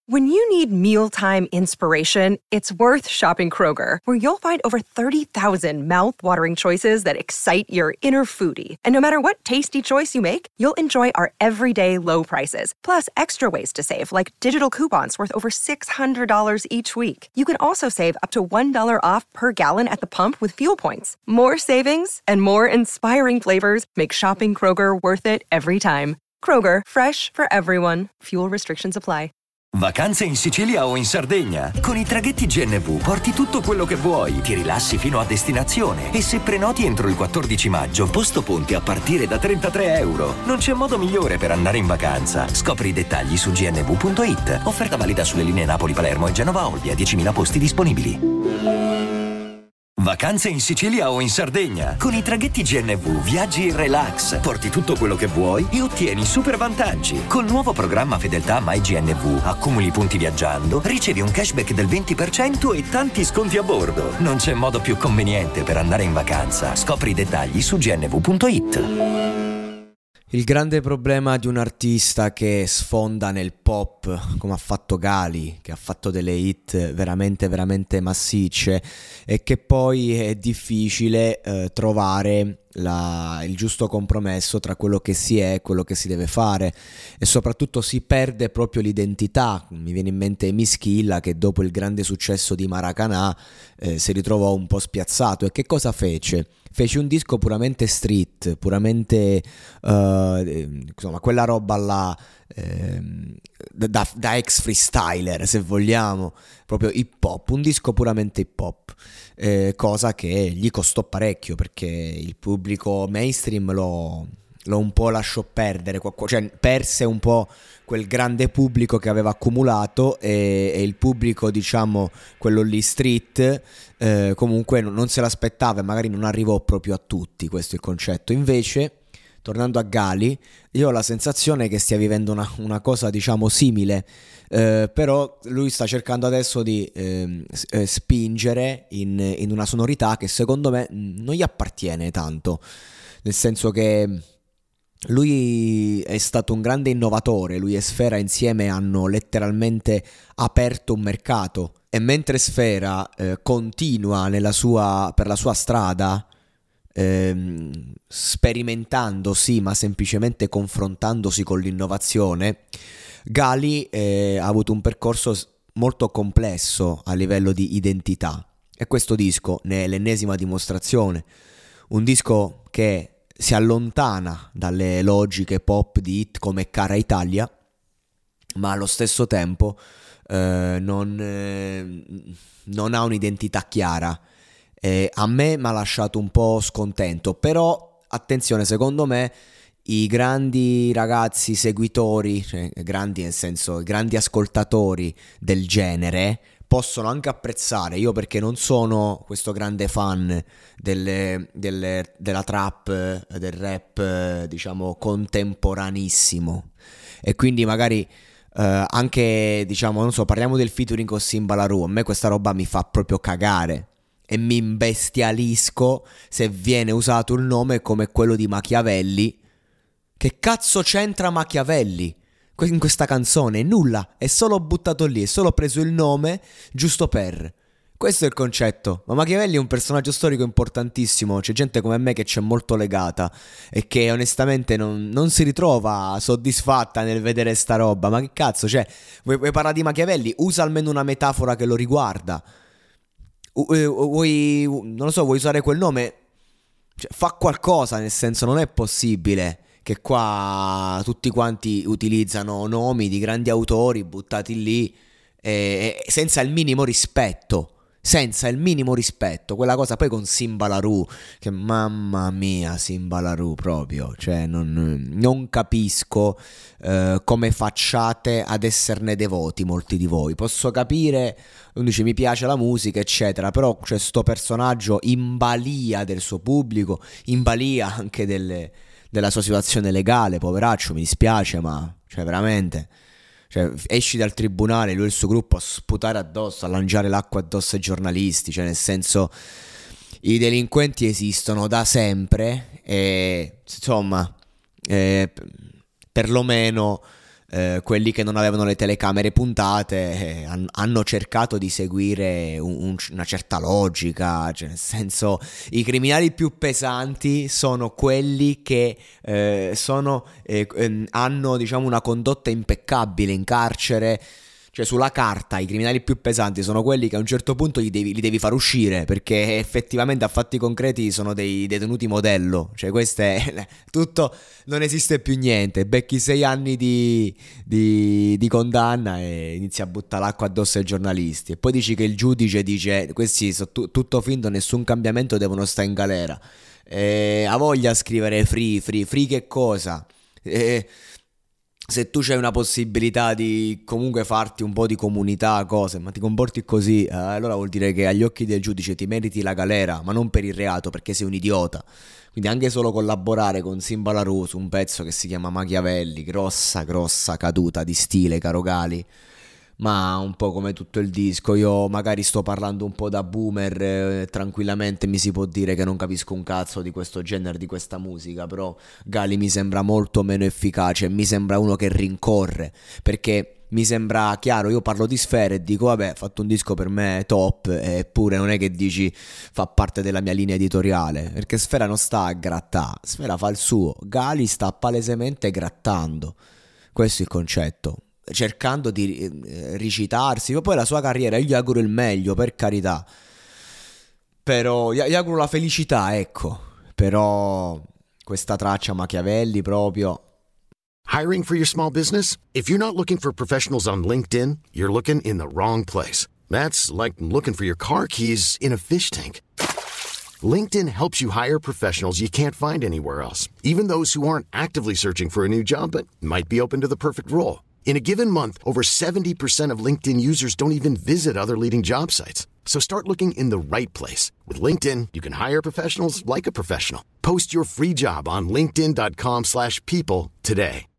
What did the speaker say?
When you need mealtime inspiration, it's worth shopping Kroger, where you'll find over 30,000 mouth-watering choices that excite your inner foodie. And no matter what tasty choice you make, you'll enjoy our everyday low prices, plus extra ways to save, like digital coupons worth over $600 each week. You can also save up to $1 off per gallon at the pump with fuel points. More savings and more inspiring flavors make shopping Kroger worth it every time. Kroger, fresh for everyone. Fuel restrictions apply. Vacanze in Sicilia o in Sardegna? Con i traghetti GNV porti tutto quello che vuoi, ti rilassi fino a destinazione e se prenoti entro il 14 maggio, posto ponti a partire da €33. Non c'è modo migliore per andare in vacanza. Scopri i dettagli su gnv.it. Offerta valida sulle linee Napoli-Palermo e Genova-Olbia, 10.000 posti disponibili. Vacanze in Sicilia o in Sardegna? Con i traghetti GNV viaggi in relax, porti tutto quello che vuoi e ottieni super vantaggi. Col nuovo programma Fedeltà MyGNV accumuli punti viaggiando, ricevi un cashback del 20% e tanti sconti a bordo. Non c'è modo più conveniente per andare in vacanza. Scopri i dettagli su gnv.it. Il grande problema di un artista che sfonda nel pop, come ha fatto Gali, che ha fatto delle hit veramente veramente massicce, è che poi è difficile trovare il giusto compromesso tra quello che si è e quello che si deve fare, e soprattutto si perde proprio l'identità. Mi viene in mente Mischilla, che dopo il grande successo di Maracanã si ritrovò un po' spiazzato. E che cosa fece? Fece un disco puramente street, puramente insomma quella roba là, da ex freestyler, se vogliamo, proprio hip hop, un disco puramente hip hop, cosa che gli costò parecchio, perché il pubblico mainstream lo un po' lasciò perdere, cioè perse un po' quel grande pubblico che aveva accumulato, e il pubblico, diciamo, quello lì street, comunque non se l'aspettava e magari non arrivò proprio a tutti. Questo è il concetto. Invece, tornando a Gali, io ho la sensazione che stia vivendo una cosa, diciamo, simile, però lui sta cercando adesso di spingere in una sonorità che secondo me non gli appartiene tanto, nel senso che lui è stato un grande innovatore. Lui e Sfera insieme hanno letteralmente aperto un mercato, e mentre Sfera continua per la sua strada, sperimentando sì, ma semplicemente confrontandosi con l'innovazione, Gali ha avuto un percorso molto complesso a livello di identità, e questo disco ne è l'ennesima dimostrazione. Un disco che si allontana dalle logiche pop di hit come Cara Italia, ma allo stesso tempo non ha un'identità chiara. A me mi ha lasciato un po' scontento, però attenzione, secondo me i grandi ragazzi seguitori, cioè grandi nel senso, i grandi ascoltatori del genere, possono anche apprezzare. Io, perché non sono questo grande fan della trap, del rap, diciamo, contemporaneissimo, e quindi magari anche, diciamo, non so, parliamo del featuring con Simba La Ru, a me questa roba mi fa proprio cagare e mi imbestialisco se viene usato il nome come quello di Machiavelli. Che cazzo c'entra Machiavelli in questa canzone? Nulla, è solo buttato lì, è solo preso il nome giusto per. Questo è il concetto. Ma Machiavelli è un personaggio storico importantissimo, c'è gente come me che c'è molto legata e che onestamente non si ritrova soddisfatta nel vedere sta roba. Ma che cazzo, cioè, vuoi parlare di Machiavelli? Usa almeno una metafora che lo riguarda. Vuoi, non lo so, vuoi usare quel nome? Cioè, fa qualcosa, nel senso, non è possibile che qua tutti quanti utilizzano nomi di grandi autori buttati lì senza il minimo rispetto. Senza il minimo rispetto. Quella cosa poi con Simba La Ru, che mamma mia, Simba La Ru proprio, cioè non capisco come facciate ad esserne devoti molti di voi. Posso capire, uno dice mi piace la musica eccetera, però c'è sto personaggio in balia del suo pubblico, in balia anche della sua situazione legale, poveraccio, mi dispiace, ma cioè veramente, cioè, esci dal tribunale, lui e il suo gruppo a sputare addosso, a lanciare l'acqua addosso ai giornalisti, cioè nel senso, i delinquenti esistono da sempre e insomma perlomeno quelli che non avevano le telecamere puntate hanno cercato di seguire una certa logica, cioè nel senso, i criminali più pesanti sono quelli che hanno, diciamo, una condotta impeccabile in carcere. Cioè, sulla carta i criminali più pesanti sono quelli che a un certo punto li devi far uscire, perché effettivamente a fatti concreti sono dei detenuti modello. Cioè, questo è tutto, non esiste più niente. Becchi 6 anni di condanna e inizi a buttare l'acqua addosso ai giornalisti. E poi dici che il giudice dice: questi sono tutto finto, nessun cambiamento, devono stare in galera. Ha voglia a scrivere free che cosa? Se tu c'hai una possibilità di comunque farti un po' di comunità, cose, ma ti comporti così, allora vuol dire che agli occhi del giudice ti meriti la galera, ma non per il reato, perché sei un idiota. Quindi anche solo collaborare con Simba La Ru su un pezzo che si chiama Machiavelli, grossa caduta di stile, caro Gali. Ma un po' come tutto il disco, io magari sto parlando un po' da boomer, tranquillamente mi si può dire che non capisco un cazzo di questo genere, di questa musica, però Gali mi sembra molto meno efficace, mi sembra uno che rincorre, perché mi sembra chiaro, io parlo di Sfera e dico vabbè, ha fatto un disco per me top, eppure non è che dici fa parte della mia linea editoriale, perché Sfera non sta a grattare, Sfera fa il suo, Gali sta palesemente grattando, questo è il concetto, cercando di ricitarsi. Poi la sua carriera, io gli auguro il meglio, per carità, però gli auguro la felicità, ecco. Però questa traccia Machiavelli proprio. Hiring for your small business? If you're not looking for professionals on LinkedIn, you're looking in the wrong place. That's like looking for your car keys in a fish tank. LinkedIn helps you hire professionals you can't find anywhere else, even those who aren't actively searching for a new job but might be open to the perfect role. In a given month, over 70% of LinkedIn users don't even visit other leading job sites. So start looking in the right place. With LinkedIn, you can hire professionals like a professional. Post your free job on linkedin.com/people today.